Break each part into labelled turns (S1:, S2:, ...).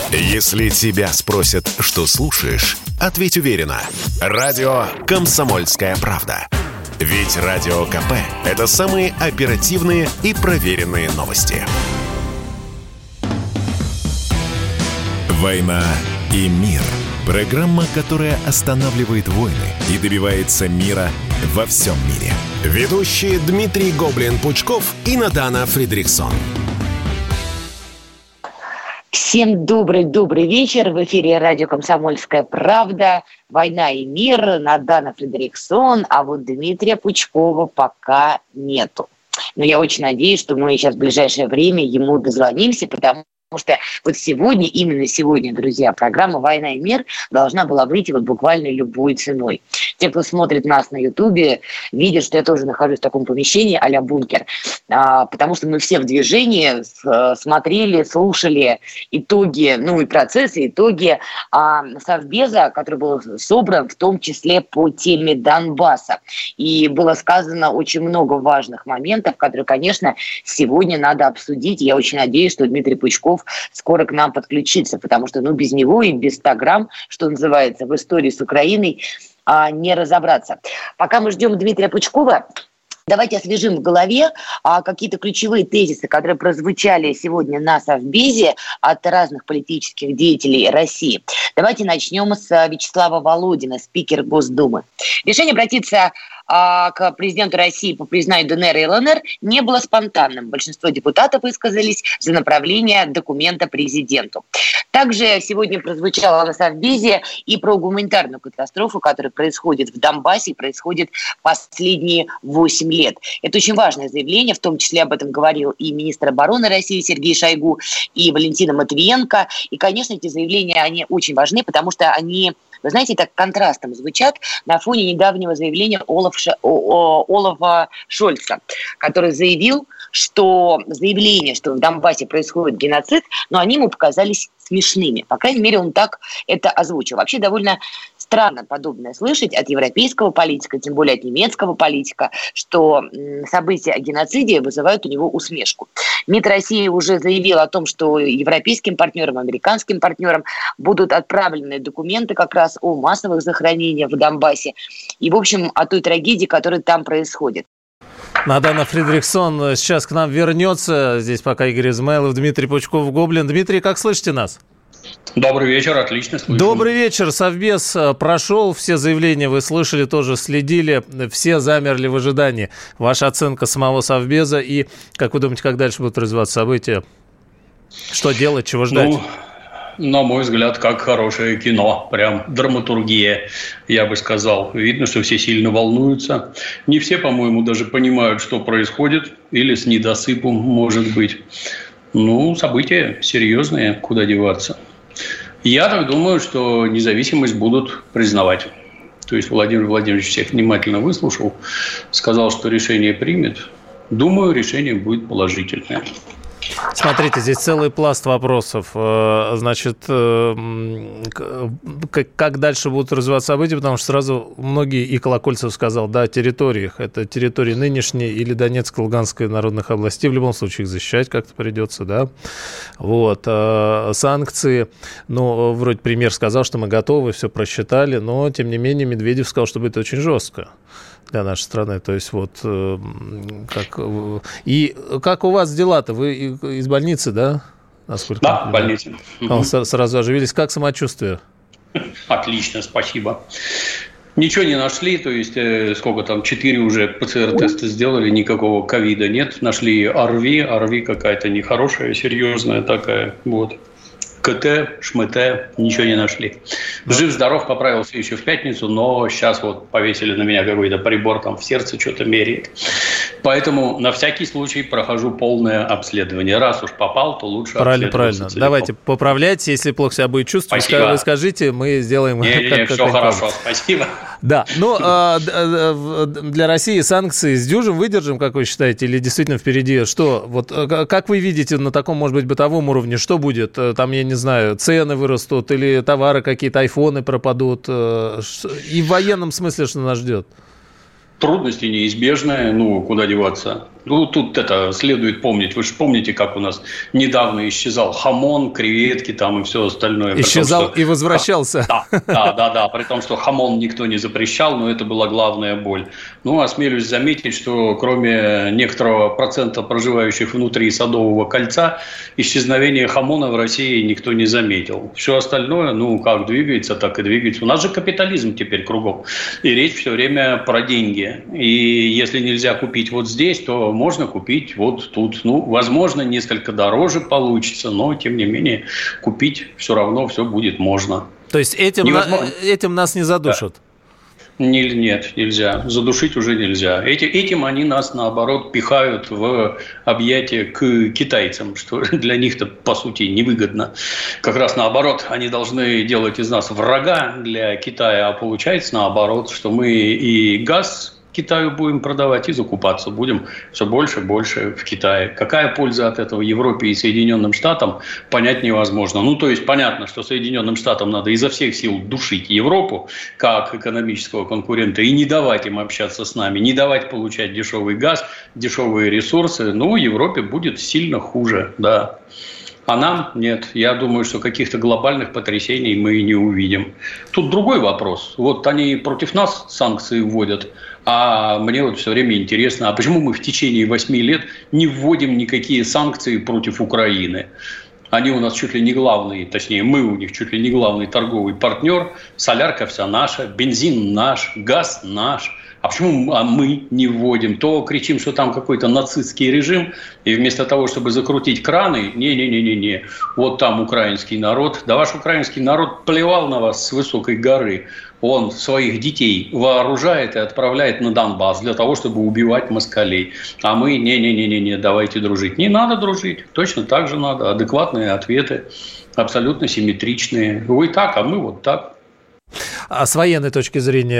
S1: Если тебя спросят, что слушаешь, ответь уверенно. Радио «Комсомольская правда». Ведь Радио КП – это самые оперативные и проверенные новости. «Война и мир». Программа, которая останавливает войны и добивается мира во всем мире. Ведущие Дмитрий Гоблин-Пучков и Надана Фридрихсон.
S2: Всем добрый вечер. В эфире радио «Комсомольская правда». «Война и мир». Надана Фридрихсон. А вот Дмитрия Пучкова пока нету. Но я очень надеюсь, что мы сейчас в ближайшее время ему дозвонимся, потому что вот сегодня, именно сегодня, друзья, программа «Война и мир» должна была выйти вот буквально любой ценой. Те, кто смотрит нас на Ютубе, видят, что я тоже нахожусь в таком помещении а-ля бункер, потому что мы все в движении смотрели, слушали итоги, и процессы, итоги Совбеза, который был собран в том числе по теме Донбасса. И было сказано очень много важных моментов, которые, конечно, сегодня надо обсудить. Я очень надеюсь, что Дмитрий Пучков скоро к нам подключится, потому что без него и без 100 грамм, что называется, в истории с Украиной не разобраться. Пока мы ждем Дмитрия Пучкова, давайте освежим в голове какие-то ключевые тезисы, которые прозвучали сегодня на Совбезе от разных политических деятелей России. Давайте начнем с Вячеслава Володина, спикера Госдумы. Решение обратиться к президенту России по признанию ДНР и ЛНР не было спонтанным. Большинство депутатов высказались за направление документа президенту. Также сегодня прозвучало на Совбезе и про гуманитарную катастрофу, которая происходит в Донбассе и происходит последние 8 лет. Это очень важное заявление, в том числе об этом говорил и министр обороны России Сергей Шойгу, и Валентина Матвиенко. И, конечно, эти заявления, они очень важны, потому что они, вы знаете, так контрастом звучат на фоне недавнего заявления Олафа Шольца, который заявил, что заявление, что в Донбассе происходит геноцид, но они ему показались смешными. По крайней мере, он так это озвучил. Вообще довольно странно подобное слышать от европейского политика, тем более от немецкого политика, что события о геноциде вызывают у него усмешку. МИД России уже заявил о том, что европейским партнерам, американским партнерам будут отправлены документы как раз о массовых захоронениях в Донбассе и, в общем, о той трагедии, которая там происходит.
S3: Надана Фридрихсон сейчас к нам вернется. Здесь пока Игорь Измайлов, Дмитрий Пучков-Гоблин. Дмитрий, как слышите нас?
S4: Добрый вечер, отлично слышу.
S3: Добрый вечер. Совбез прошел, все заявления вы слышали, тоже следили, все замерли в ожидании. Ваша оценка самого Совбеза и, как вы думаете, как дальше будут развиваться события? Что делать, чего ждать?
S4: На мой взгляд, как хорошее кино, прям драматургия, я бы сказал. Видно, что все сильно волнуются. Не все, по-моему, даже понимают, что происходит, или с недосыпом, может быть. События серьезные, куда деваться. Я так думаю, что независимость будут признавать. То есть Владимир Владимирович всех внимательно выслушал, сказал, что решение примет. Думаю, решение будет положительное.
S3: Смотрите, здесь целый пласт вопросов. Значит, как дальше будут развиваться события, потому что сразу многие, и Колокольцев сказал, да, о территориях. Это территории нынешней или Донецкой, Луганской народных областей. В любом случае их защищать как-то придется, да. Вот. Санкции. Вроде премьер сказал, что мы готовы, все просчитали, но, тем не менее, Медведев сказал, что будет очень жестко для нашей страны. То есть как у вас дела-то? Вы из больницы, да?
S4: Да, в больнице.
S3: Сразу оживились. Как самочувствие?
S4: Отлично, спасибо. Ничего не нашли, то есть 4 уже ПЦР-теста сделали, никакого ковида нет. Нашли ОРВИ какая-то нехорошая, серьезная такая, вот. КТ, ШМТ, ничего не нашли. Жив-здоров, поправился еще в пятницу, но сейчас повесили на меня какой-то прибор, там в сердце что-то меряет. Поэтому на всякий случай прохожу полное обследование. Раз уж попал, то лучше
S3: правильно. Целиком. Давайте поправляйте, если плохо себя будет чувствовать, вы скажите, мы сделаем...
S4: Все хорошо, спасибо.
S3: Да, для России санкции сдюжим, выдержим, как вы считаете, или действительно впереди что? Как вы видите на таком, может быть, бытовом уровне, что будет? Там, я не знаю, цены вырастут или товары какие-то, айфоны пропадут? И в военном смысле что нас ждет?
S4: Трудности неизбежные, куда деваться. Ну, тут это следует помнить. Вы же помните, как у нас недавно исчезал хамон, креветки там и все остальное.
S3: Исчезал и возвращался.
S4: Да. При том, что хамон никто не запрещал, но это была главная боль. Ну, осмелюсь заметить, что кроме некоторого процента проживающих внутри Садового кольца, исчезновение хамона в России никто не заметил. Все остальное, ну, как двигается, так и двигается. У нас же капитализм теперь кругом. И речь все время про деньги. И если нельзя купить вот здесь, то можно купить вот тут. Ну, возможно, несколько дороже получится, но, тем не менее, купить все равно все будет можно.
S3: То есть этим нас не задушат?
S4: Да. Нет, нельзя. Задушить уже нельзя. Этим они нас, наоборот, пихают в объятия к китайцам, что для них-то, по сути, невыгодно. Как раз наоборот, они должны делать из нас врага для Китая, а получается наоборот, что мы и газ Китаю будем продавать и закупаться будем все больше и больше в Китае. Какая польза от этого Европе и Соединенным Штатам, понять невозможно. Ну, то есть, понятно, что Соединенным Штатам надо изо всех сил душить Европу как экономического конкурента и не давать им общаться с нами, не давать получать дешевый газ, дешевые ресурсы. Ну, Европе будет сильно хуже, да. А нам нет. Я думаю, что каких-то глобальных потрясений мы не увидим. Тут другой вопрос. Вот они против нас санкции вводят, а мне вот все время интересно, а почему мы в течение 8 лет не вводим никакие санкции против Украины? Они у нас чуть ли не главный, точнее, мы у них чуть ли не главный торговый партнер. Солярка вся наша, бензин наш, газ наш. А почему мы не вводим? То кричим, что там какой-то нацистский режим, и вместо того, чтобы закрутить краны, не-не-не-не-не, вот там украинский народ. Да ваш украинский народ плевал на вас с высокой горы. Он своих детей вооружает и отправляет на Донбасс для того, чтобы убивать москалей. А мы не-не-не-не, давайте дружить. Не надо дружить, точно так же надо. Адекватные ответы, абсолютно симметричные. Вы так, а мы вот так.
S3: А с военной точки зрения,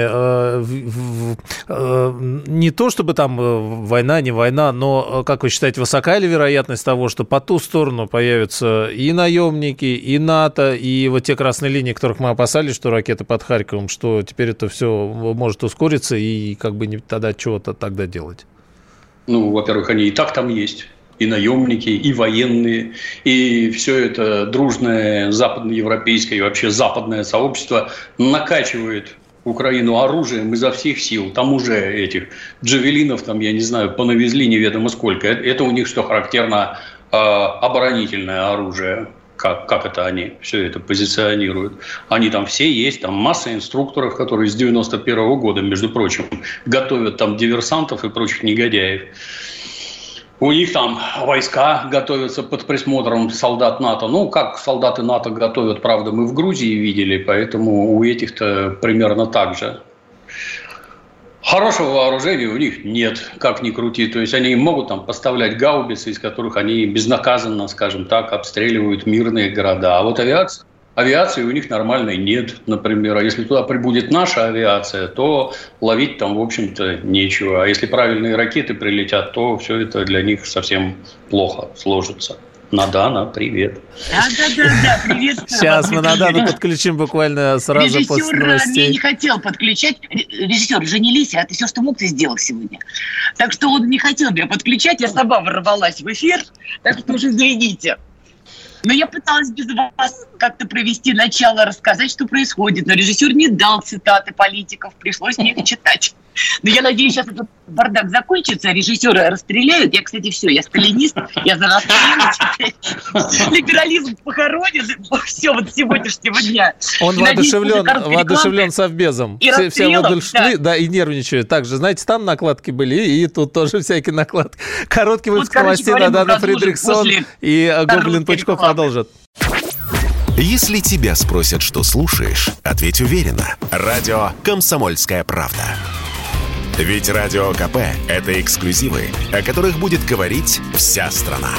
S3: не то чтобы там война, не война, но, как вы считаете, высока ли вероятность того, что по ту сторону появятся и наемники, и НАТО, и вот те красные линии, которых мы опасались, что ракеты под Харьковом, что теперь это все может ускориться, и как бы тогда чего-то тогда делать?
S4: Ну, во-первых, они и так там есть. И наемники, и военные, и все это дружное западноевропейское и вообще западное сообщество накачивает Украину оружием изо всех сил. Там уже этих джавелинов, там, я не знаю, понавезли неведомо сколько. Это у них, что характерно, оборонительное оружие. Как это они все это позиционируют. Они там все есть, там масса инструкторов, которые с 91-го года, между прочим, готовят там диверсантов и прочих негодяев. У них там войска готовятся под присмотром солдат НАТО. Ну, как солдаты НАТО готовят, правда, мы в Грузии видели, поэтому у этих-то примерно так же. Хорошего вооружения у них нет, как ни крути. То есть они могут там поставлять гаубицы, из которых они безнаказанно, скажем так, обстреливают мирные города. А вот авиации у них нормальной нет, например. А если туда прибудет наша авиация, то ловить там, в общем-то, нечего. А если правильные ракеты прилетят, то все это для них совсем плохо сложится. Надана, привет.
S2: Да, привет.
S3: Сейчас мы Надану подключим буквально сразу после новостей.
S2: Режиссер не хотел подключать. Режиссер, женились, а ты все, что мог, ты сделал сегодня. Так что он не хотел меня подключать, я сама ворвалась в эфир, так что уже извините. Но я пыталась без вас как-то провести начало, рассказать, что происходит. Но режиссер не дал цитаты политиков, пришлось мне их читать. Но я надеюсь, сейчас этот бардак закончится, режиссера расстреляют. Я, кстати, все, я сталинист, я за расстрел. Либерализм похоронен. Все, вот с сегодняшнего дня.
S3: Он воодушевлен совбезом. Все воодушевлены, да, и нервничают. Также, знаете, там накладки были, и тут тоже всякие накладки. Короткий выпуск новостей, Надана Фридрихсон и Гоблин Пучков продолжат.
S1: Если тебя спросят, что слушаешь, ответь уверенно. Радио «Комсомольская правда». Ведь Радио КП – это эксклюзивы, о которых будет говорить вся страна.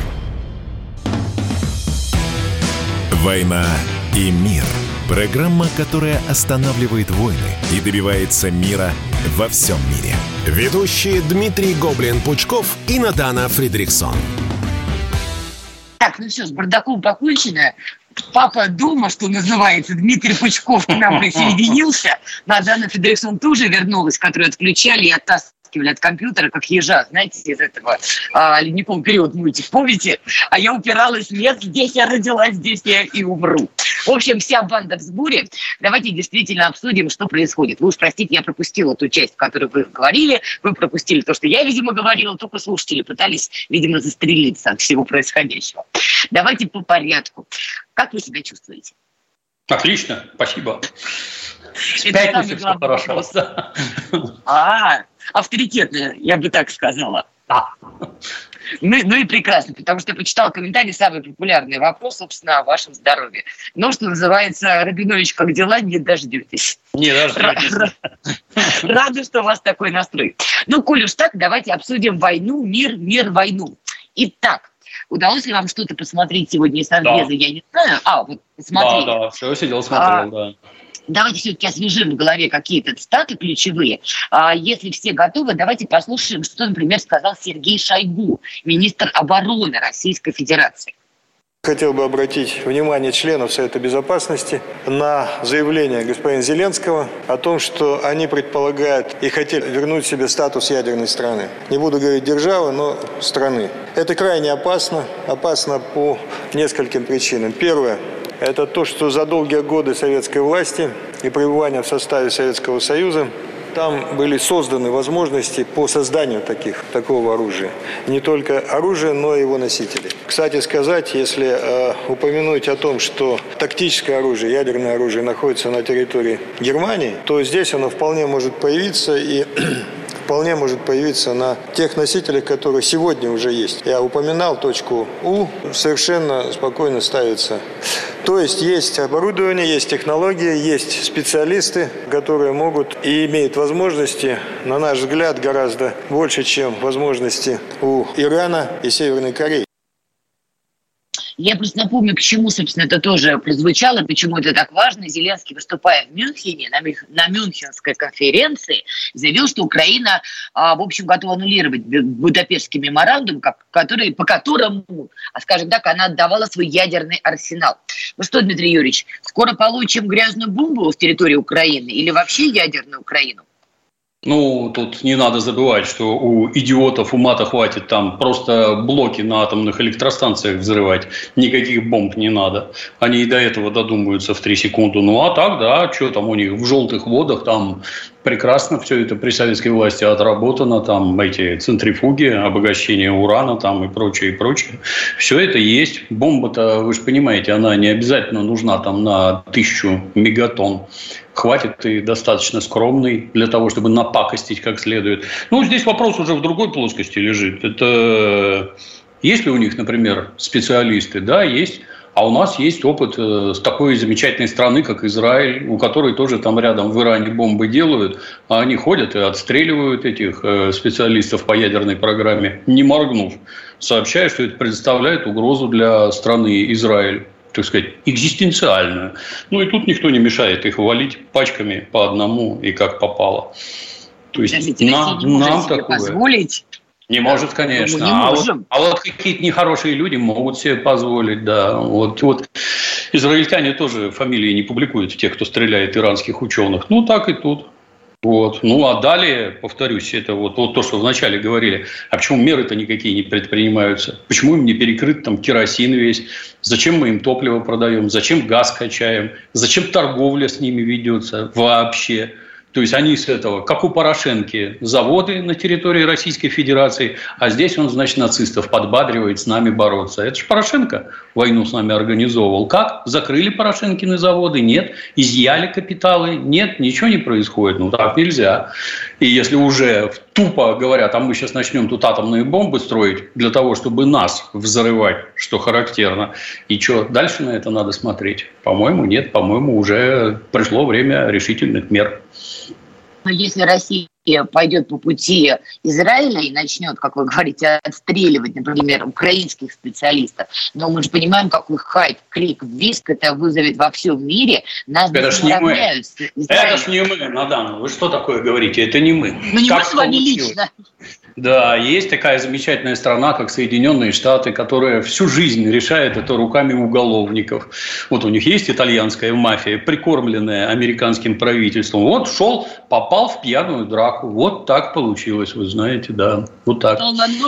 S1: «Война и мир» – программа, которая останавливает войны и добивается мира во всем мире. Ведущие Дмитрий Гоблин-Пучков и Надана Фридрихсон.
S2: Так, ну все, с бардаком покончено. Папа дома, что называется, Дмитрий Пучков к нам присоединился. Надана Фридрихсон тоже вернулась, которую отключали, и от оттаскивали от компьютера, как ежа, знаете, из этого «Ледниковый период» мультик, помните? А я упиралась: нет, здесь я родилась, здесь я и умру. В общем, вся банда в сборе. Давайте действительно обсудим, что происходит. Вы уж простите, я пропустила ту часть, в которой вы говорили. Вы пропустили то, что я, видимо, говорила. Только слушатели пытались, видимо, застрелиться от всего происходящего. Давайте по порядку. Как вы себя чувствуете?
S4: Отлично, спасибо.
S2: Это самый главный вопрос. Авторитетно, я бы так сказала. Ну и прекрасно, потому что я почитала комментарий, самый популярный вопрос, собственно, о вашем здоровье. Ну, что называется, Рабинович, как дела, не дождетесь.
S4: Не дождетесь.
S2: Рада, что у вас такой настрой. Ну, коль уж так, давайте обсудим войну, мир, войну. Итак, удалось ли вам что-то посмотреть сегодня из Совбеза, я не знаю. Вот посмотрели.
S4: Да, все, сидел, смотрел, да.
S2: Давайте все-таки освежим в голове какие-то цитаты ключевые. Если все готовы, давайте послушаем, что, например, сказал Сергей Шойгу, министр обороны Российской Федерации.
S5: Хотел бы обратить внимание членов Совета Безопасности на заявление господина Зеленского о том, что они предполагают и хотели вернуть себе статус ядерной страны. Не буду говорить державы, но страны. Это крайне опасно. Опасно по нескольким причинам. Первое. Это то, что за долгие годы советской власти и пребывания в составе Советского Союза там были созданы возможности по созданию такого оружия. Не только оружия, но и его носителей. Кстати сказать, если упомянуть о том, что тактическое оружие, ядерное оружие находится на территории Германии, то здесь оно вполне может появиться и вполне может появиться на тех носителях, которые сегодня уже есть. Я упоминал точку У, совершенно спокойно ставится. То есть оборудование, есть технологии, есть специалисты, которые могут и имеют возможности, на наш взгляд, гораздо больше, чем возможности у Ирана и Северной Кореи.
S2: Я просто напомню, к чему, собственно, это тоже прозвучало, почему это так важно. Зеленский, выступая в Мюнхене, на Мюнхенской конференции, заявил, что Украина, в общем, готова аннулировать Будапештский меморандум, по которому, скажем так, она отдавала свой ядерный арсенал. Ну что, Дмитрий Юрьевич, скоро получим грязную бомбу с территории Украины или вообще ядерную Украину?
S4: Ну, тут не надо забывать, что у идиотов ума-то хватит там просто блоки на атомных электростанциях взрывать. Никаких бомб не надо. Они и до этого додумаются в 3 секунды. Ну, а так, да, что там у них в желтых водах, там прекрасно все это при советской власти отработано. Там эти центрифуги, обогащение урана там и прочее, и прочее. Все это есть. Бомба-то, вы же понимаете, она не обязательно нужна там на 1000 мегатонн. Хватит и достаточно скромный для того, чтобы напакостить как следует. Ну, здесь вопрос уже в другой плоскости лежит. Это есть ли у них, например, специалисты? Да, есть. А у нас есть опыт с такой замечательной страны, как Израиль, у которой тоже там рядом в Иране бомбы делают, а они ходят и отстреливают этих специалистов по ядерной программе, не моргнув, сообщая, что это представляет угрозу для страны Израиль. Так сказать, экзистенциальную. Ну, и тут никто не мешает их валить пачками по одному и как попало. То есть, нам такое
S2: позволить?
S4: Не может, конечно. А вот какие-то нехорошие люди могут себе позволить, да. Вот израильтяне тоже фамилии не публикуют, тех, кто стреляет иранских ученых. Ну, так и тут. Вот. Ну, а далее, повторюсь, это вот то, что вначале говорили, а почему меры-то никакие не предпринимаются? Почему им не перекрыт там керосин весь? Зачем мы им топливо продаем? Зачем газ качаем? Зачем торговля с ними ведется вообще? То есть они с этого, как у Порошенки, заводы на территории Российской Федерации, а здесь он, значит, нацистов подбадривает с нами бороться. Это же Порошенко войну с нами организовывал. Как? Закрыли Порошенкины заводы? Нет. Изъяли капиталы? Нет. Ничего не происходит. Ну, так нельзя. И если уже тупо говорят, а мы сейчас начнем тут атомные бомбы строить для того, чтобы нас взрывать, что характерно, и что, дальше на это надо смотреть? По-моему, нет. По-моему, уже пришло время решительных мер.
S2: Но если Россия пойдет по пути Израиля и начнет, как вы говорите, отстреливать, например, украинских специалистов, но мы же понимаем, какой хайп, крик, визг это вызовет во всем мире. Нас
S4: это ж не мы. Это ж не мы, Надана. Вы что такое говорите? Это не мы.
S2: Ну, не мы с вами лично.
S4: Да, есть такая замечательная страна, как Соединенные Штаты, которая всю жизнь решает это руками уголовников. Вот у них есть итальянская мафия, прикормленная американским правительством. Вот попал в пьяную драку. Вот так получилось, вы знаете, да. Вот так.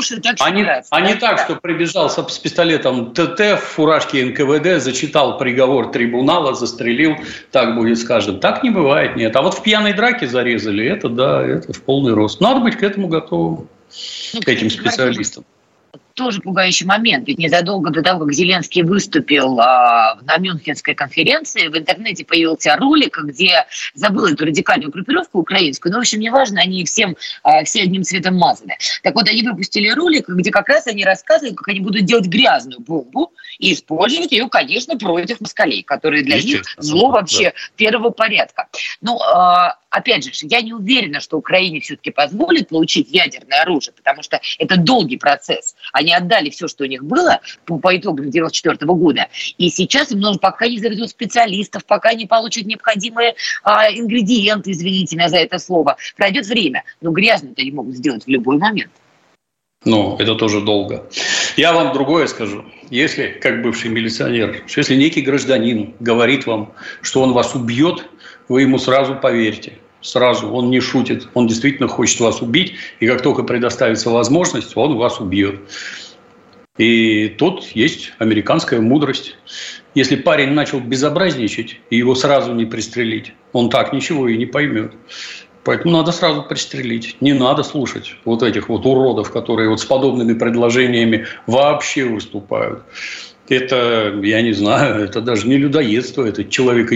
S4: А не так, что прибежал с пистолетом ТТ в фуражке НКВД, зачитал приговор трибунала, застрелил. Так будет с каждым. Так не бывает, нет. А вот в пьяной драке зарезали, это да, это в полный рост. Надо быть к этому готовым. К этим специалистам.
S2: Тоже пугающий момент. Ведь незадолго до того, как Зеленский выступил на Мюнхенской конференции, в интернете появился ролик, где забыл эту радикальную группировку украинскую, но, в общем, неважно, они все одним цветом мазаны. Так вот, они выпустили ролик, где как раз они рассказывают, как они будут делать грязную бомбу и использовать ее, конечно, против москалей, которые для них зло вообще первого порядка. Ну, опять же, я не уверена, что Украине все-таки позволит получить ядерное оружие, потому что это долгий процесс. Они отдали все, что у них было по итогам 1994 года. И сейчас им нужно, пока не заведут специалистов, пока не получат необходимые ингредиенты, извините меня за это слово, пройдет время. Но грязно-то они могут сделать в любой момент.
S4: Ну, это тоже долго. Я вам другое скажу. Если, как бывший милиционер, если некий гражданин говорит вам, что он вас убьет, вы ему сразу поверьте. Сразу, он не шутит, он действительно хочет вас убить, и как только предоставится возможность, он вас убьет. И тут есть американская мудрость. Если парень начал безобразничать, и его сразу не пристрелить, он так ничего и не поймет. Поэтому надо сразу пристрелить. Не надо слушать вот этих вот уродов, которые вот с подобными предложениями вообще выступают. Это, я не знаю, это даже не людоедство, это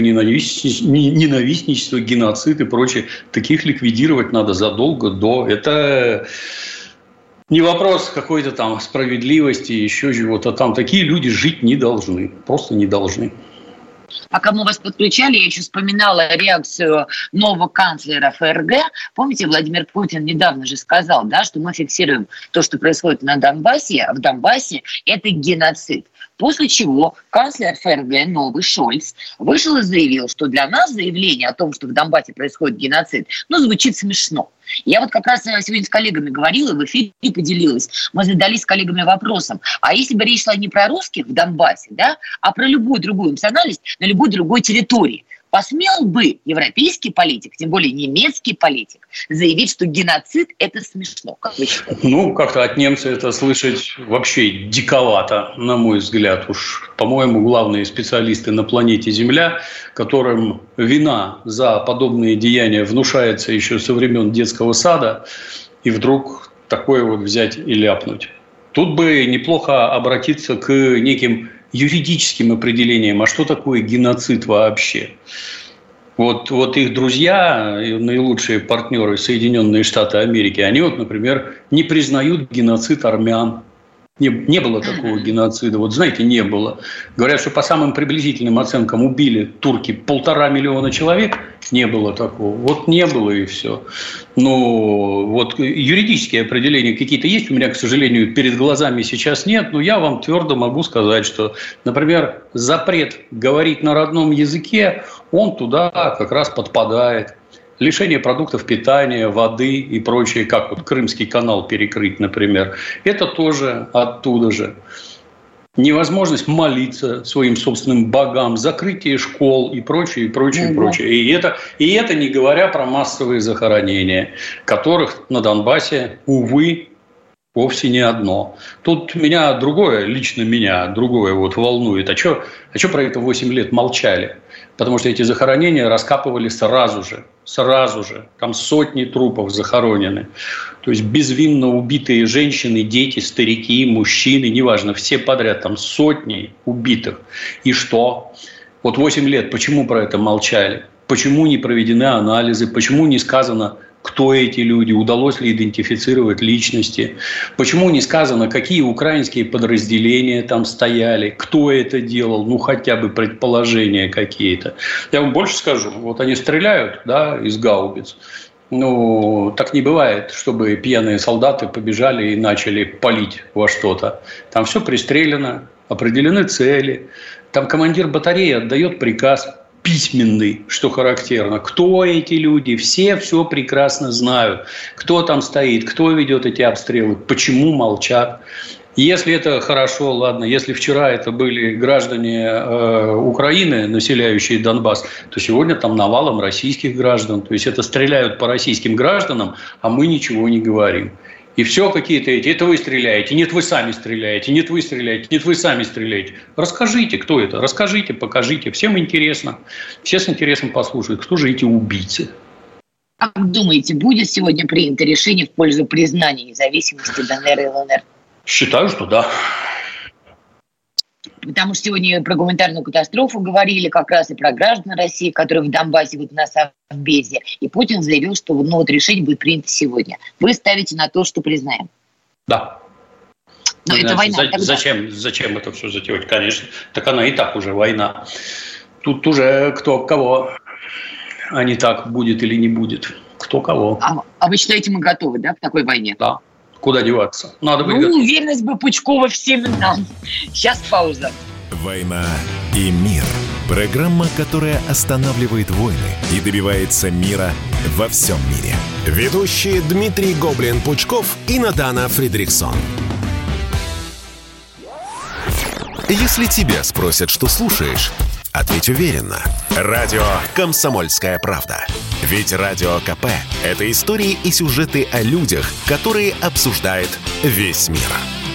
S4: человеконенавистничество, геноцид и прочее. Таких ликвидировать надо задолго до. Это не вопрос какой-то там справедливости, еще чего-то там. Такие люди жить не должны, просто не должны.
S2: Пока мы вас подключали, я еще вспоминала реакцию нового канцлера ФРГ. Помните, Владимир Путин недавно же сказал, да, что мы фиксируем то, что происходит в Донбассе, это геноцид. После чего канцлер ФРГ, новый Шольц, вышел и заявил, что для нас заявление о том, что в Донбассе происходит геноцид, звучит смешно. Я вот как раз сегодня с коллегами говорила, в эфире поделилась. Мы задались с коллегами вопросом, а если бы речь шла не про русских в Донбассе, да, а про любую другую национальность на любой другой территории, посмел бы европейский политик, тем более немецкий политик, заявить, что геноцид – это смешно? Как вы считаете?
S4: Как-то от немца это слышать вообще диковато, на мой взгляд. Уж, по-моему, главные специалисты на планете Земля, которым вина за подобные деяния внушается еще со времен детского сада, и вдруг такое вот взять и ляпнуть. Тут бы неплохо обратиться к неким юридическим определением, а что такое геноцид вообще. Вот их друзья, наилучшие партнеры Соединенные Штаты Америки, они например, не признают геноцид армян. Не было такого геноцида. Вот знаете, не было. Говорят, что по самым приблизительным оценкам убили турки 1,5 миллиона человек. Не было такого. Вот не было и все. Юридические определения какие-то есть. У меня, к сожалению, перед глазами сейчас нет. Но я вам твердо могу сказать, что, например, запрет говорить на родном языке, он туда как раз подпадает. Лишение продуктов питания, воды и прочее, как Крымский канал перекрыть, например, это тоже оттуда же. Невозможность молиться своим собственным богам, закрытие школ и прочее, и прочее, и прочее. И это не говоря про массовые захоронения, которых на Донбассе, увы, вовсе не одно. Тут лично меня другое волнует. А что про это 8 лет молчали? Потому что эти захоронения раскапывали сразу же. Там сотни трупов захоронены. То есть безвинно убитые женщины, дети, старики, мужчины, неважно, все подряд, там сотни убитых. И что? 8 лет, почему про это молчали? Почему не проведены анализы? Почему не сказано, кто эти люди, удалось ли идентифицировать личности, почему не сказано, какие украинские подразделения там стояли, кто это делал, хотя бы предположения какие-то. Я вам больше скажу, они стреляют, из гаубиц. Так не бывает, чтобы пьяные солдаты побежали и начали палить во что-то. Там все пристрелено, определены цели. Там командир батареи отдает приказ письменный, что характерно. Кто эти люди? Все прекрасно знают. Кто там стоит, кто ведет эти обстрелы, почему молчат. Если это хорошо, ладно. Если вчера это были граждане Украины, населяющие Донбасс, то сегодня там навалом российских граждан. То есть это стреляют по российским гражданам, а мы ничего не говорим. И все какие-то эти, это вы стреляете, нет, вы сами стреляете, нет, вы стреляете, нет, вы сами стреляете. Расскажите, кто это, расскажите, покажите. Всем интересно. Все с интересом послушают, кто же эти убийцы.
S2: Как думаете, будет сегодня принято решение в пользу признания независимости ДНР и ЛНР?
S4: Считаю, что да.
S2: Потому что сегодня про гуманитарную катастрофу говорили, как раз и про граждан России, которые в Донбассе, вот на Совбезе. И Путин заявил, что решение будет принято сегодня. Вы ставите на то, что признаем?
S4: Да.
S2: Но это война.
S4: Зачем это все затевать? Конечно. Так она и так уже война. Тут уже кто кого. А не так, будет или не будет. Кто кого.
S2: А вы считаете, мы готовы, да, к такой войне?
S4: Да. Куда деваться? Надо быть готовым.
S2: Уверенность бы Пучкова всем нам. Сейчас пауза.
S1: «Война и мир». Программа, которая останавливает войны и добивается мира во всем мире. Ведущие Дмитрий Гоблин-Пучков и Надана Фридрихсон. Если тебя спросят, что слушаешь, ответь уверенно. Радио «Комсомольская правда». Ведь Радио КП – это истории и сюжеты о людях, которые обсуждает весь мир.